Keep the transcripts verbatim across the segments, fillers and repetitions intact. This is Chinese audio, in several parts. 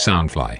Soundfly。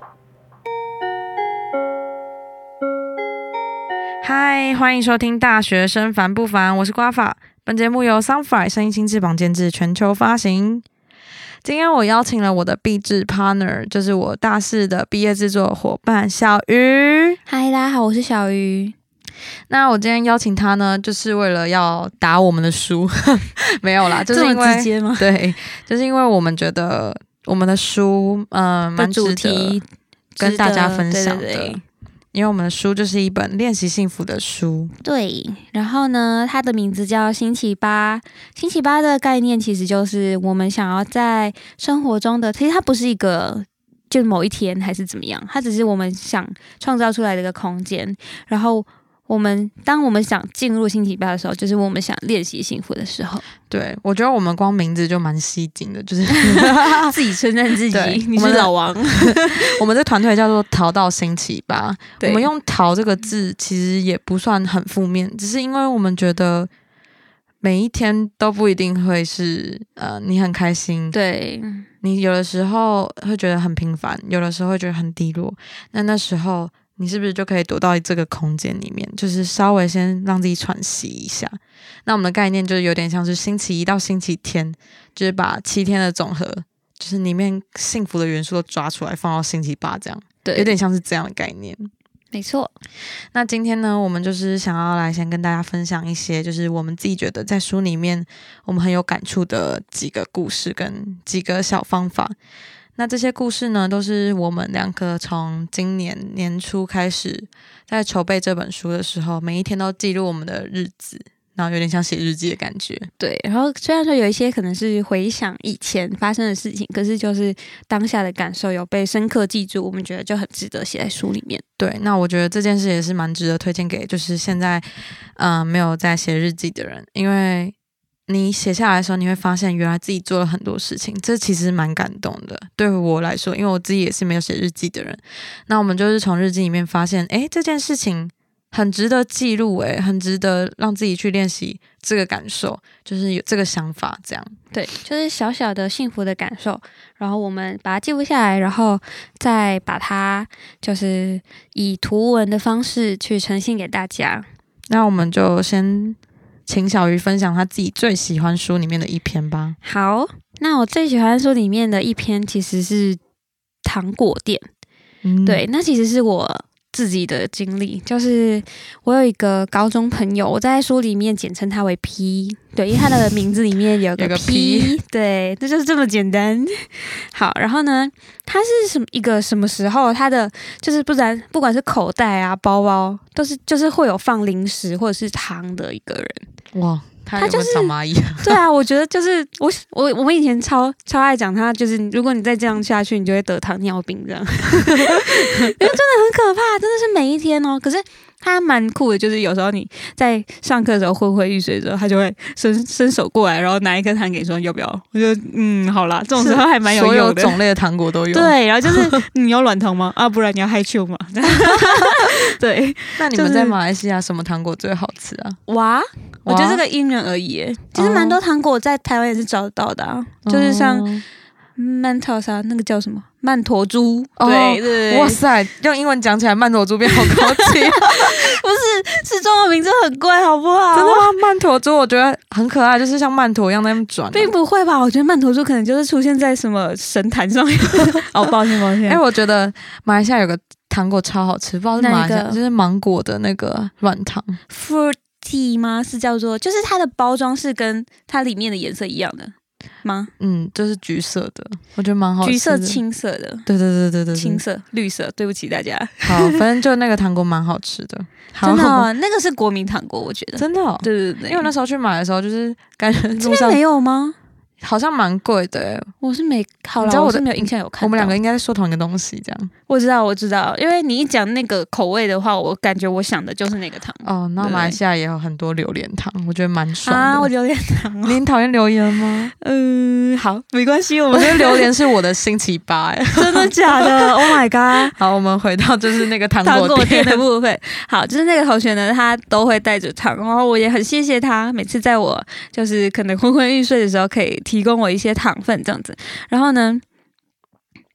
嗨，欢迎收听大学生烦不烦？我是瓜法。本节目由 Soundfly 声音新翅膀监制，全球发行。今天我邀请了我的毕制 partner， 就是我大四的毕业制作伙伴小鱼。 嗨，大家好，我是小鱼。 那我今天邀请他呢，就是为了要打我们的书，没有啦，就是因为这么直接吗？ 对，就是因为我们觉得我们的书，嗯、呃，蛮值得跟大家分享的。 对对对， 因为我们的书就是一本练习幸福的书。 对，然后呢，它的名字叫星期八。星期八的概念其实就是我们想要在生活中的，其实它不是一个就某一天还是怎么样，它只是我们想创造出来的一个空间。然后我们当我们想进入星期八的时候，就是我们想练习幸福的时候。 对，我觉得我们光名字就蛮吸睛的，就是自己称赞自己，你是老王。 我们这团队叫做逃到星期八。我们用逃这个字其实也不算很负面，只是因为我们觉得每一天都不一定会是呃你很开心， 对， 你有的时候会觉得很平凡，有的时候会觉得很低落，那那时候你是不是就可以躲到这个空间里面，就是稍微先让自己喘息一下。那我们的概念就是有点像是星期一到星期天，就是把七天的总和，就是里面幸福的元素都抓出来放到星期八，这样，对，有点像是这样的概念。 没错。 那今天呢，我们就是想要来先跟大家分享一些，就是我们自己觉得在书里面我们很有感触的几个故事跟几个小方法。那这些故事呢，都是我们两个从今年年初开始在筹备这本书的时候，每一天都记录我们的日子，然后有点像写日记的感觉。 对，然后虽然说有一些可能是回想以前发生的事情，可是就是当下的感受有被深刻记住，我们觉得就很值得写在书里面。 对，那我觉得这件事也是蛮值得推荐给就是现在嗯、呃、没有在写日记的人，因为你写下来的时候，你会发现原来自己做了很多事情，这其实蛮感动的。对我来说，因为我自己也是没有写日记的人，那我们就是从日记里面发现，诶，这件事情很值得记录，诶，很值得让自己去练习这个感受，就是有这个想法，这样。 对，就是小小的幸福的感受，然后我们把它记录下来，然后再把它就是以图文的方式去呈现给大家。 那我们就先请小鱼分享他自己最喜欢书里面的一篇吧。 好，那我最喜欢书里面的一篇其实是糖果店。嗯，对，那其实是我自己的经历，就是我有一个高中朋友，我在书里面简称他为 P， 对，因为他的名字里面有个 P， 有个 P 对，这就是这么简单。好，然后呢，他是什么一个什么时候，他的就是不然不管是口袋啊、包包，都是就是会有放零食或者是糖的一个人。 哇，他有没有长蚂蚁？ 对啊，我觉得就是我我我们以前超超爱讲他，就是如果你再这样下去，你就会得糖尿病这样，因为真的很可怕，真的是每一天哦。可是他蛮酷的，就是有时候你在上课的时候昏昏欲睡的时候，他就会伸伸手过来，然后拿一颗糖给你说要不要？我觉得嗯，好啦，这种时候还蛮有用的， 所有种类的糖果都有。 对，然后就是你要软糖吗？啊，不然你要嗨秋吗？对， 那你们在马来西亚什么糖果最好吃啊？ 哇，我觉得这个因人而异耶。其实蛮多糖果在台湾也是找得到的啊，哦、就是像曼陀沙那个叫什么曼陀珠， 哦、 对对对， 哇塞，用英文讲起来曼陀珠变好高级， 不是是中文名字很贵，好不好？ 真的吗？曼陀珠我觉得很可爱，就是像曼陀一样在那边转、啊， 并不会吧？我觉得曼陀珠可能就是出现在什么神坛上面。哦，抱歉抱歉。 哎、欸，我觉得马来西亚有个糖果超好吃，不知道是马来西亚，就是芒果的那个软糖 ，fruity 吗？是叫做，就是它的包装是跟它里面的颜色一样的。吗？ 嗯，就是橘色的，我觉得蛮好吃的。 橘色、青色的， 对对对对对， 青色、绿色。对不起大家。 好，反正就那个糖果蛮好吃的。 真的、哦，那个是国民糖果，我觉得。 真的、哦。 对对对， 因为我那时候去买的时候，就是感觉这边没有吗？ 好像蛮贵的耶， 我是没，好啦，我是没有印象有看到。 我们两个应该在说同一个东西，这样。 我知道，我知道，因为你一讲那个口味的话，我感觉我想的就是那个糖。 哦，那马来西亚也有很多榴莲糖，我觉得蛮爽的。 啊，我榴莲糖、哦， 你很讨厌榴莲吗？ 嗯，好，没关系，我我觉得榴莲是我的星期八，哎， 真的假的 ？Oh my god！ 好，我们回到就是那个糖果店, 糖果店的部分。好，就是那个同学呢，他都会带着糖，然后我也很谢谢他，每次在我就是可能昏昏欲睡的时候，可以提供我一些糖分这样子。然后呢，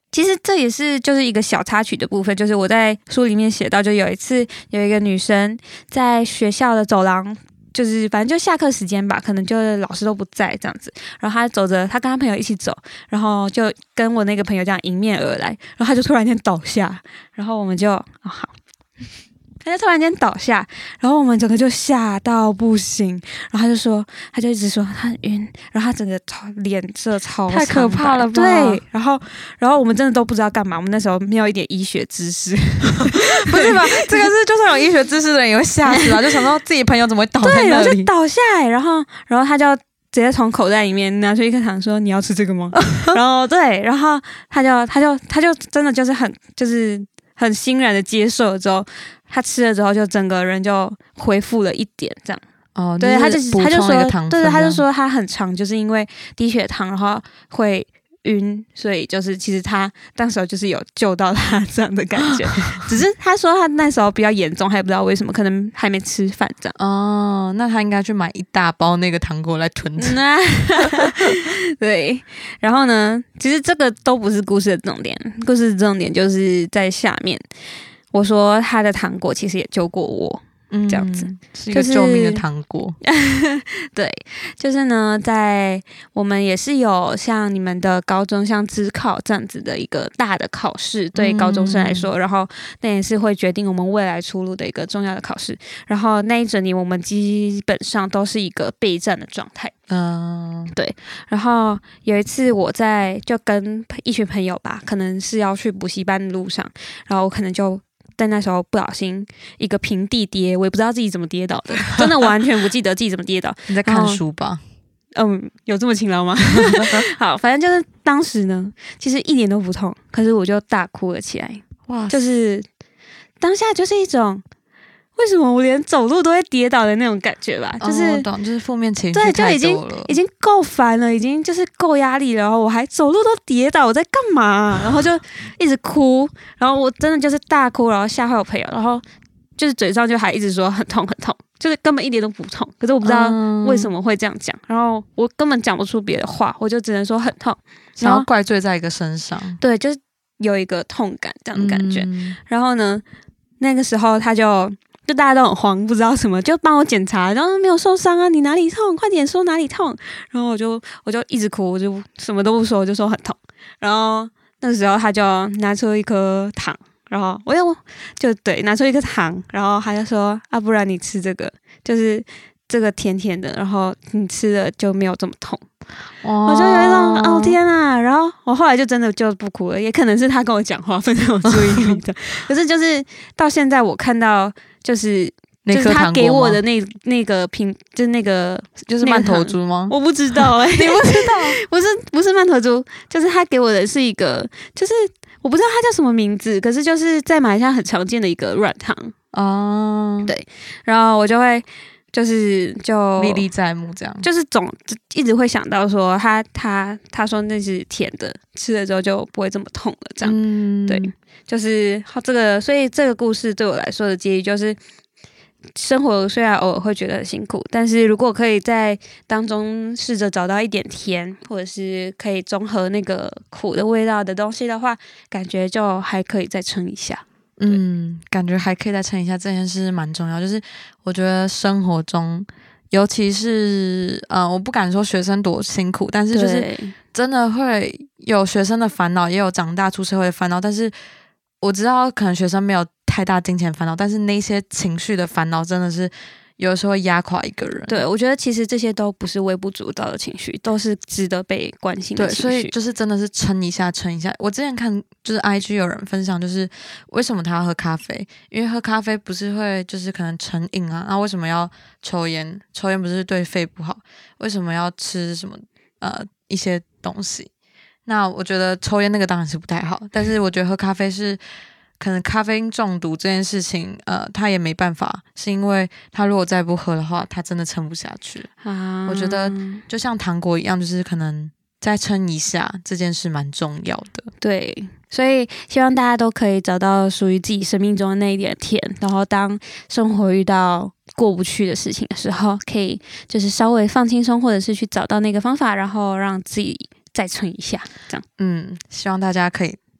其实这也是就是一个小插曲的部分，就是我在书里面写到，就有一次有一个女生在学校的走廊。就是反正就下课时间吧，可能就是老师都不在这样子，然后他走着，他跟他朋友一起走，然后就跟我那个朋友这样迎面而来，然后他就突然间倒下，然后我们就、哦、好，他就突然间倒下，然后我们整个就吓到不行，然后他就说，他就一直说他很晕，然后他整个脸色超太可怕了吧？ 对，然后然后我们真的都不知道干嘛，我们那时候没有一点医学知识。 不是吧？这个是就算有医学知识的人也会吓死啊！就想到自己朋友怎么会倒在那里， 对，然后就倒下来，然后然后他就直接从口袋里面拿出一颗糖，说：“你要吃这个吗？”然后对，然后他就他就他就真的就是很就是很欣然的接受了之后，他吃了之后就整个人就恢复了一点这样。 哦， 对，他就他就说，对对，他就说说他很常就是因为低血糖，然后会。晕，所以就是其实他当时候就是有救到他这样的感觉，只是他说他那时候比较严重，还不知道为什么，可能还没吃饭这样。 哦，那他应该去买一大包那个糖果来囤着。 对，然后呢，其实这个都不是故事的重点，故事的重点就是在下面。我说他的糖果其实也救过我。 嗯， 这样子是一个救命的糖果。 就是、对，就是呢，在我们也是有像你们的高中像指考这样子的一个大的考试，对高中生来说，嗯、然后那也是会决定我们未来出路的一个重要的考试。然后那一整年我们基本上都是一个备战的状态。嗯，对。然后有一次我在就跟一群朋友吧，可能是要去补习班的路上，然后我可能就。但那时候不小心一个平地跌，我也不知道自己怎么跌倒的，真的完全不记得自己怎么跌倒。 你在看书吧？ 嗯，有这么勤劳吗？好，反正就是当时呢，其实一点都不痛，可是我就大哭了起来。哇，就是当下就是一种。为什么我连走路都会跌倒的那种感觉吧？就是、 哦、我懂，就是负面情绪对， 太就已经已经够烦了，已经就是够压力了，然后我还走路都跌倒，我在干嘛、啊？然后就一直哭，然后我真的就是大哭，然后吓坏我朋友，然后就是嘴上就还一直说很痛很痛，就是根本一点都不痛，可是我不知道为什么会这样讲，然后我根本讲不出别的话，我就只能说很痛， 想要怪罪在一个身上， 对，就是有一个痛感这样的感觉。嗯、然后呢，那个时候他就。就大家都很慌，不知道什么，就帮我检查，然后没有受伤啊，你哪里痛？快点说哪里痛。然后我就我就一直哭，我就什么都不说，我就说很痛。然后那时候他就拿出一颗糖，然后我又就对拿出一颗糖，然后他就说啊，不然你吃这个，就是这个甜甜的，然后你吃了就没有这么痛。我就有一种哦天啊，然后我后来就真的就不哭了，也可能是他跟我讲话分散我注意力的。可是就是到现在我看到就是就是他给我的那那个瓶，就是那个就是曼陀珠吗？ 我不知道哎、欸， 你不知道？ 不是不是曼陀珠，就是他给我的是一个，就是我不知道它叫什么名字，可是就是在马来西亚很常见的一个软糖哦。对，然后我就会。就是就历历在目，这样就是总一直会想到说他他他说那是甜的，吃了之后就不会这么痛了，这样、嗯、对，就是这个，所以这个故事对我来说的建议就是，生活虽然偶尔会觉得很辛苦，但是如果可以在当中试着找到一点甜，或者是可以中和那个苦的味道的东西的话，感觉就还可以再撑一下。 嗯，感觉还可以再撑一下，这件事蛮重要。就是我觉得生活中，尤其是呃，我不敢说学生多辛苦，但是就是真的会有学生的烦恼，也有长大出社会的烦恼。但是我知道，可能学生没有太大金钱烦恼，但是那些情绪的烦恼真的是有的时候会压垮一个人。 对，我觉得其实这些都不是微不足道的情绪，都是值得被关心的情绪。 对，所以就是真的是撑一下，撑一下。我之前看就是 I G 有人分享，就是为什么他要喝咖啡？因为喝咖啡不是会就是可能成瘾啊，那为什么要抽烟？抽烟不是对肺不好？为什么要吃什么呃一些东西？那我觉得抽烟那个当然是不太好，但是我觉得喝咖啡是。可能咖啡因中毒这件事情，呃，他也没办法，是因为他如果再不喝的话，他真的撑不下去。啊、我觉得就像糖果一样，就是可能再撑一下，这件事蛮重要的。 对，所以希望大家都可以找到属于自己生命中的那一点甜，然后当生活遇到过不去的事情的时候，可以就是稍微放轻松，或者是去找到那个方法，然后让自己再撑一下，这样。 嗯，希望大家可以。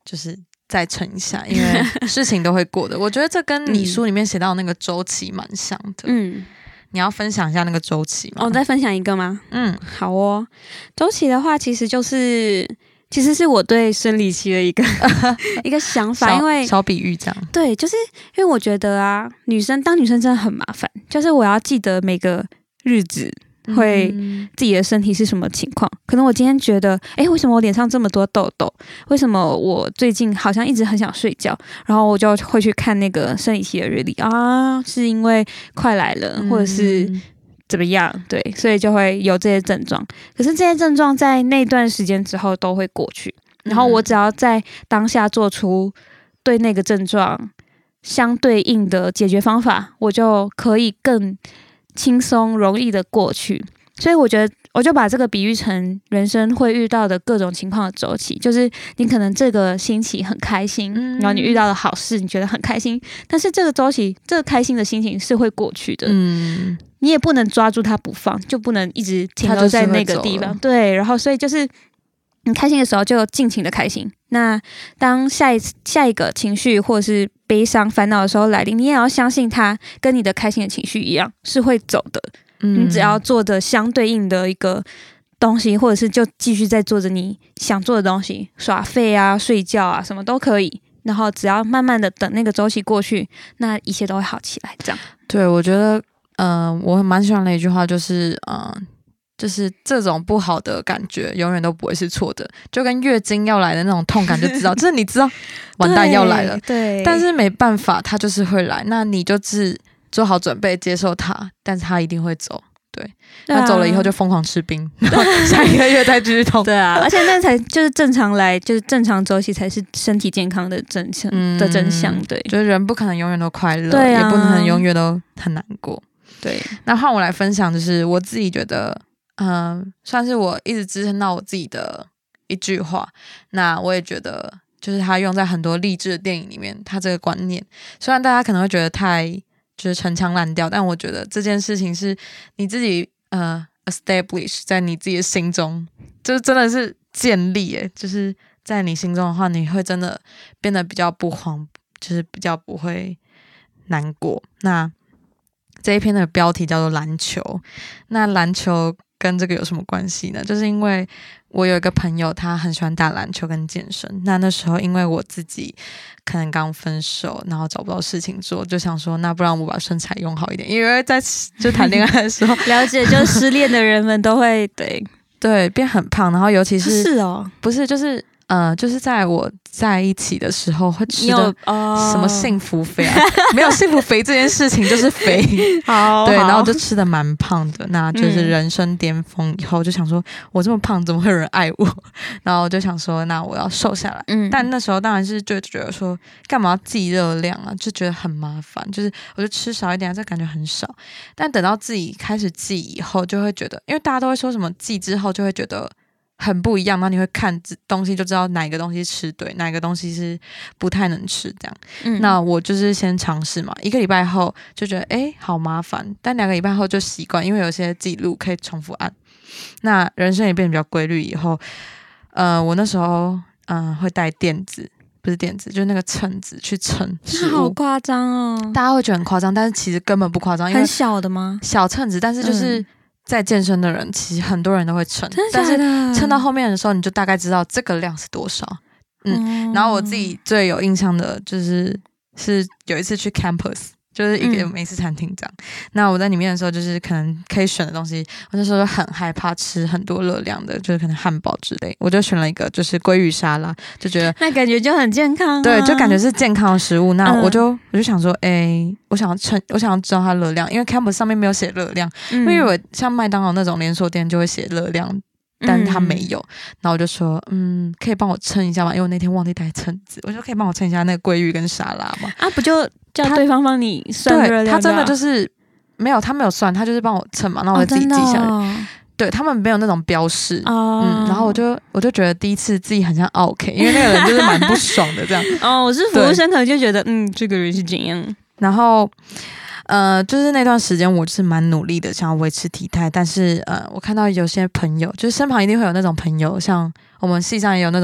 就是再撑一下，因为事情都会过的。我觉得这跟你书里面写到的那个周期蛮像的。嗯，你要分享一下那个周期吗？ 我、哦、再分享一个吗？ 嗯， 好哦。周期的话，其实就是其实是我对生理期的一个一个想法，因为小比喻这样。 对，就是因为我觉得啊，女生当女生真的很麻烦，就是我要记得每个日子。会自己的身体是什么情况？可能我今天觉得，哎，为什么我脸上这么多痘痘？为什么我最近好像一直很想睡觉？然后我就会去看那个生理期的日历啊，是因为快来了，或者是怎么样？对，所以就会有这些症状。可是这些症状在那段时间之后都会过去，然后我只要在当下做出对那个症状相对应的解决方法，我就可以更轻松容易的过去。所以我觉得我就把这个比喻成人生会遇到的各种情况的周期，就是你可能这个星期很开心、嗯、然后你遇到了好事，你觉得很开心，但是这个周期这个开心的心情是会过去的、嗯、你也不能抓住它不放，就不能一直停留在那个地方。对，然后所以就是你开心的时候就尽情的开心，那当下一下一个情绪或者是悲伤烦恼的时候来临，你也要相信它跟你的开心的情绪一样是会走的、嗯、你只要做的相对应的一个东西，或者是就继续在做着你想做的东西，耍废啊睡觉啊什么都可以，然后只要慢慢的等那个周期过去，那一切都会好起来。这样。 对，我觉得嗯、呃，我蛮喜欢的一句话就是嗯。呃就是这种不好的感觉永远都不会是错的，就跟月经要来的那种痛感就知道就是你知道完蛋要来了， 对, 对， 但是没办法它就是会来，那你就是做好准备接受它，但是它一定会走。对，那走了以后就疯狂吃冰，然后下一个月再继续痛。 对啊，而且那才就是正常来，就是正常周期才是身体健康的真相、嗯、的真相。对， 就是人不可能永远都快乐、 对啊、 也不能永远都很难过。 对， 那换我来分享，就是我自己觉得嗯，算是我一直支撑到我自己的一句话。那我也觉得就是它用在很多励志的电影里面，它这个观念虽然大家可能会觉得太就是陈腔滥调，但我觉得这件事情是你自己呃 establish 在你自己的心中，就是真的是建立耶，就是在你心中的话，你会真的变得比较不慌，就是比较不会难过。那这一篇的标题叫做篮球，那篮球跟这个有什么关系呢？就是因为我有一个朋友，他很喜欢打篮球跟健身。那那时候因为我自己可能刚分手，然后找不到事情做，就想说那不然我把身材用好一点，因为在就谈恋爱的时候了解，就失恋的人们都会对对变很胖，然后尤其是是哦， 不是就是呃，就是在我在一起的时候会吃的什么幸福肥啊，没有幸福肥这件事情就是肥， 好， 对，然后就吃的蛮胖的，那就是人生巅峰以后就想说，我这么胖怎么会有人爱我？然后就想说，那我要瘦下来。嗯，但那时候当然是就觉得说，干嘛要记热量啊？就觉得很麻烦，就是我就吃少一点，这感觉很少。但等到自己开始记以后，就会觉得，因为大家都会说什么记之后就会觉得很不一样，然后你会看东西就知道哪一个东西吃对，哪一个东西是不太能吃这样、嗯、那我就是先尝试嘛，一个礼拜后就觉得诶好麻烦，但两个礼拜后就习惯，因为有些记录可以重复按，那人生也变得比较规律以后呃，我那时候嗯、呃、会带垫子，不是垫子就是那个秤子去称食物， 好夸张哦， 大家会觉得很夸张，但是其实根本不夸张，因为很小的吗？ 小秤子，但是就是、嗯在健身的人其实很多人都会称，但是称到后面的时候你就大概知道这个量是多少。嗯，哦、然后我自己最有印象的就是是有一次去 campus， 就是一个美式餐厅这样、嗯、那我在里面的时候就是可能可以选的东西，我那时候就很害怕吃很多热量的，就是可能汉堡之类，我就选了一个就是鲑鱼沙拉，就觉得那感觉就很健康、啊、 对，就感觉是健康的食物。那我就、嗯、我就想说诶、欸、我想要称我想要知道它热量，因为 campus 上面没有写热量、嗯、因为我像麦当劳那种连锁店就会写热量，但是他没有、嗯、然后我就说嗯可以帮我称一下吗，因为我那天忘记带称子，我说可以帮我称一下那个鲑鱼跟沙拉吗？ 啊不就叫对方帮你算热量？ 对，他真的就是没有，他没有算，他就是帮我称嘛，然后我就自己记下来、哦、对，他们没有那种标示、哦、嗯，然后我就我就觉得第一次自己很像 OK， 因为那个人就是蛮不爽的这样哦，我是服务生可能就觉得嗯这个人是怎样， 然后呃，就是那段时间我是蛮努力的想要维持体态，但是呃，我看到有些朋友就是身旁一定会有那种朋友，像我们系上也有那种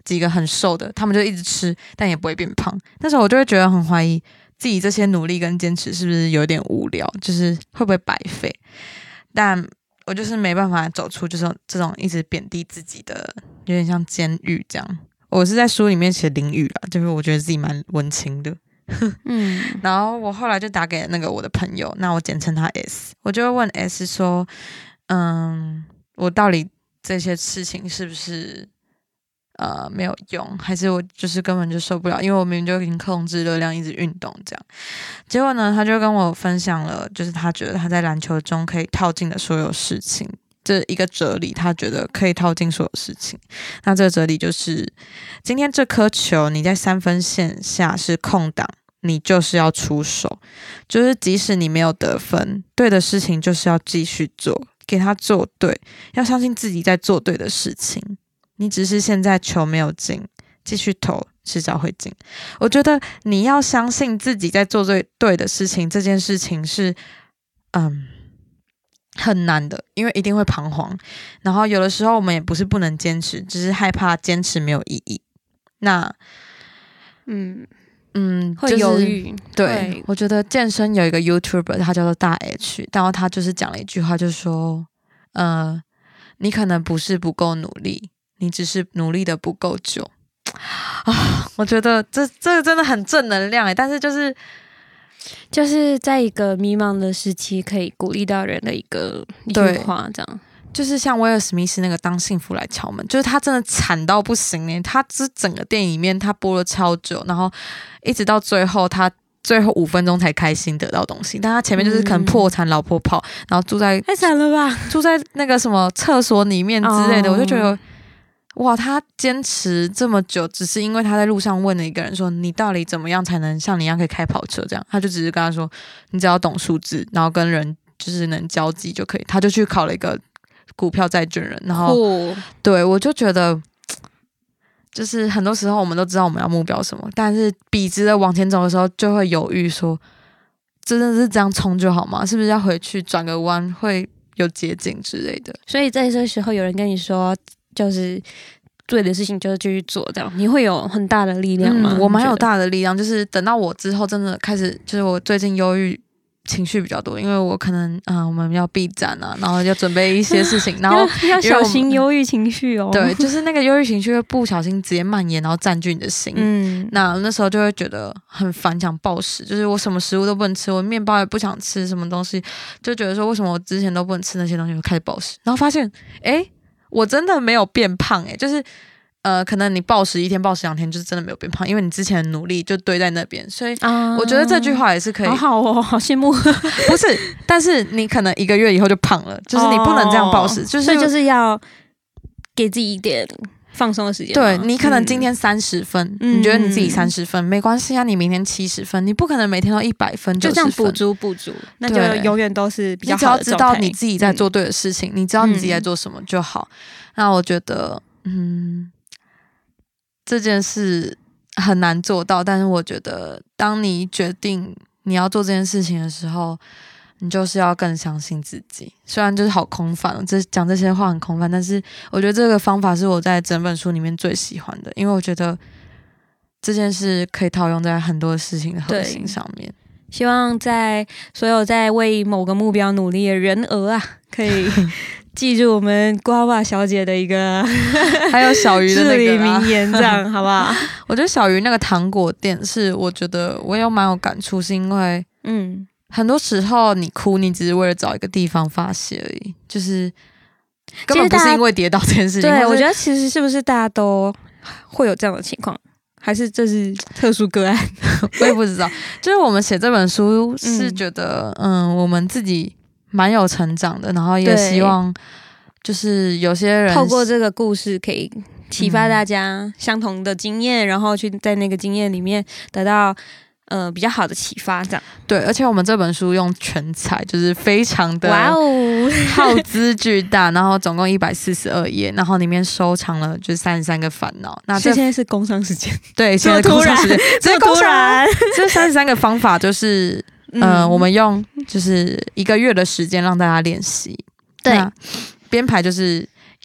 几个很瘦的，他们就一直吃，但也不会变胖。那时候我就会觉得很怀疑自己这些努力跟坚持是不是有点无聊，就是会不会白费。但我就是没办法走出就是这种一直贬低自己的，有点像监狱这样。我是在书里面写淋雨啦，就是我觉得自己蛮文青的。嗯，然后我后来就打给那个我的朋友，那我简称他 S， 我就会问 S 说，嗯，我到底这些事情是不是呃没有用，还是我就是根本就受不了，因为我明明就已经控制热量，一直运动这样。结果呢，他就跟我分享了，就是他觉得他在篮球中可以套进的所有事情。这一个哲理，他觉得可以套进所有事情。那这个哲理就是，今天这颗球你在三分线下是空档，你就是要出手，就是即使你没有得分，对的事情就是要继续做，给他做对，要相信自己在做对的事情。你只是现在球没有进，继续投，迟早会进。我觉得你要相信自己在做对对的事情，这件事情是，嗯。很难的，因为一定会彷徨。然后有的时候我们也不是不能坚持，只是害怕坚持没有意义。那，嗯嗯， 会犹豫。 对，我觉得健身有一个 YouTuber， 他叫做大 H， 然后他就是讲了一句话，就是说，呃，你可能不是不够努力，你只是努力的不够久。啊，我觉得这这个真的很正能量诶，但是就是。 就是在一个迷茫的时期，可以鼓励到人的一个一句话，这样就是像威尔史密斯那个《当幸福来敲门》，就是他真的惨到不行哎，他这整个电影里面他播了超久，然后一直到最后，他最后五分钟才开心得到东西，但他前面就是可能破产、老婆跑，然后住在太惨了吧， 住在那个什么厕所里面之类的，我就觉得。哇，他坚持这么久，只是因为他在路上问了一个人说：“你到底怎么样才能像你一样可以开跑车？”这样，他就只是跟他说：“你只要懂数字，然后跟人就是能交际就可以。”他就去考了一个股票债券人，然后、哦、对我就觉得，就是很多时候我们都知道我们要目标什么，但是笔直的往前走的时候，就会犹豫说：“真的是这样冲就好吗？是不是要回去转个弯会有捷径之类的？” 所以在这时候，有人跟你说。就是对的事情就是继续做，这样你会有很大的力量吗？ 嗯、我蛮有大的力量，就是等到我之后真的开始，就是我最近忧郁情绪比较多，因为我可能啊、呃，我们要备战啊，然后要准备一些事情，然后要小心忧郁情绪哦。 对，就是那个忧郁情绪会不小心直接蔓延，然后占据你的心。嗯，那那时候就会觉得很烦，想暴食，就是我什么食物都不能吃，我面包也不想吃，什么东西就觉得说为什么我之前都不能吃那些东西，我开始暴食，然后发现哎。我真的没有变胖诶、欸，就是呃，可能你暴食一天、暴食两天，就是真的没有变胖，因为你之前的努力就堆在那边，所以我觉得这句话也是可以。 好好哦，好羡慕。 不是，但是你可能一个月以后就胖了，就是你不能这样暴食，就是所以就是要给自己一点放松的时间。 对，你可能今天三十分、嗯，你觉得你自己三十分、嗯、没关系啊，你明天七十分，你不可能每天都一百分、 就这样补足补足，那就永远都是比较好的状态。 你只要知道你自己在做对的事情，嗯、你知道你自己在做什么就好。嗯、那我觉得，嗯，这件事很难做到，但是我觉得，当你决定你要做这件事情的时候。你就是要更相信自己，虽然就是好空泛，这讲这些话很空泛，但是我觉得这个方法是我在整本书里面最喜欢的，因为我觉得这件事可以套用在很多事情的核心上面。 希望在所有在为某个目标努力的人儿啊，可以记住我们瓜娃小姐的一个还有小鱼的那个至理名言，这样好不好？ 我觉得小鱼那个糖果店是我觉得我有蛮有感触，是因为嗯。很多时候你哭，你只是为了找一个地方发泄而已，就是根本不是因为跌倒这件事情。 对，我觉得其实是不是大家都会有这样的情况，还是这是特殊个案？ 我也不知道。就是我们写这本书是觉得，嗯, 嗯，我们自己蛮有成长的，然后也希望就是有些人透过这个故事可以启发大家相同的经验，嗯、然后去在那个经验里面得到。呃，比较好的启发，这样对，而且我们这本书用全彩，就是非常的哇哦， 耗资巨大，然后总共一百四十二页，然后里面收藏了就是三十三个烦恼。那这现在是工商时间， 对，现在工商时间，这突然，这三十三个方法就是，嗯、呃，我们用就是一个月的时间让大家练习， 对， 编排就是。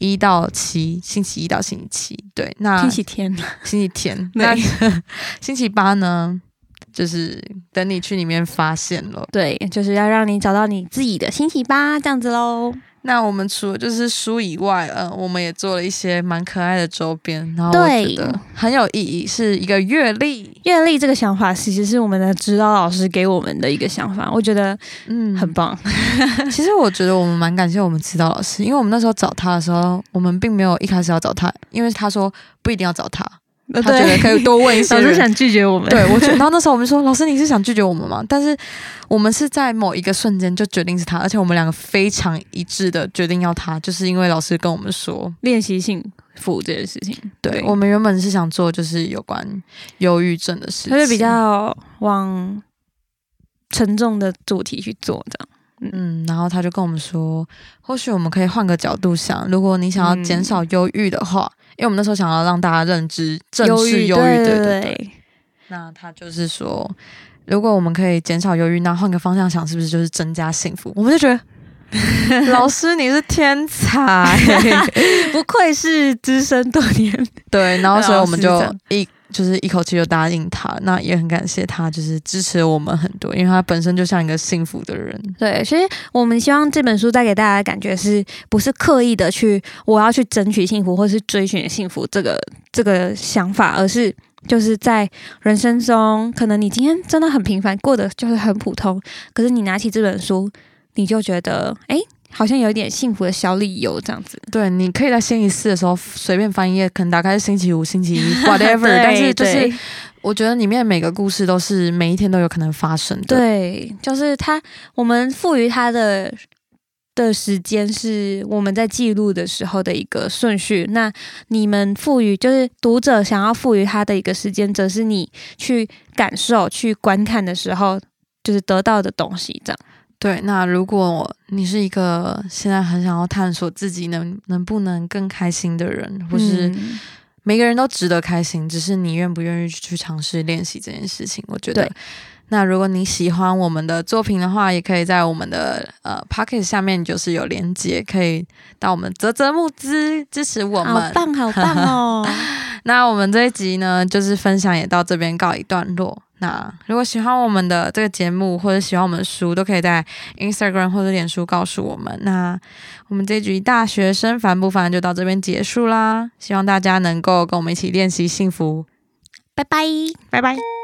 一到七，星期一到星期七，对，那星期天， 星期天，那星期八呢，就是等你去里面发现了， 对，就是要让你找到你自己的星期八这样子咯。 那我们除了就是书以外，呃，我们也做了一些蛮可爱的周边，然后我觉得很有意义，是一个月历。 月历这个想法其实是我们的指导老师给我们的一个想法，我觉得嗯很棒。 其实我觉得我们蛮感谢我们指导老师，因为我们那时候找他的时候，我们并没有一开始要找他，因为他说不一定要找他。他觉得可以多问一些人， 老师想拒绝我们。 对，我觉得，然后那时候我们说，老师你是想拒绝我们吗？但是我们是在某一个瞬间就决定是他，而且我们两个非常一致的决定要他，就是因为老师跟我们说练习幸福这件事情。 对，对我们原本是想做就是有关忧郁症的事情， 他就比较往沉重的主题去做这样。 嗯，然后他就跟我们说，或许我们可以换个角度想，如果你想要减少忧郁的话，嗯、因为我们那时候想要让大家认知正视忧郁，对对 对, 对。那他就是说，如果我们可以减少忧郁，那换个方向想，是不是就是增加幸福？我们就觉得，老师你是天才， 不愧是资深多年。 对，然后所以我们就一。就是一口气就答应他，那也很感谢他，就是支持我们很多，因为他本身就像一个幸福的人。 对，所以我们希望这本书带给大家的感觉是不是刻意的去我要去争取幸福或是追寻幸福这个这个想法，而是就是在人生中，可能你今天真的很平凡，过得就是很普通，可是你拿起这本书，你就觉得哎。诶好像有一点幸福的小理由这样子。 对，你可以在星期四的时候随便翻一页，可能打开是星期五、星期一 ，whatever 。但是就是我觉得里面每个故事都是每一天都有可能发生的。 对，就是它，我们赋予它的的时间是我们在记录的时候的一个顺序。那你们赋予，就是读者想要赋予它的一个时间，则是你去感受、去观看的时候，就是得到的东西这样。 对，那如果你是一个现在很想要探索自己能能不能更开心的人，或是每个人都值得开心，只是你愿不愿意去尝试练习这件事情。我觉得，那如果你喜欢我们的作品的话，也可以在我们的呃 Podcast 下面就是有连结，可以到我们嘖嘖募资支持我们。 好棒，好棒哦！ 那我们这一集呢，就是分享也到这边告一段落。那如果喜欢我们的这个节目，或者喜欢我们的书，都可以在 Instagram 或者脸书告诉我们。那我们这一局大学生烦不烦就到这边结束啦，希望大家能够跟我们一起练习幸福。 拜拜， 拜拜。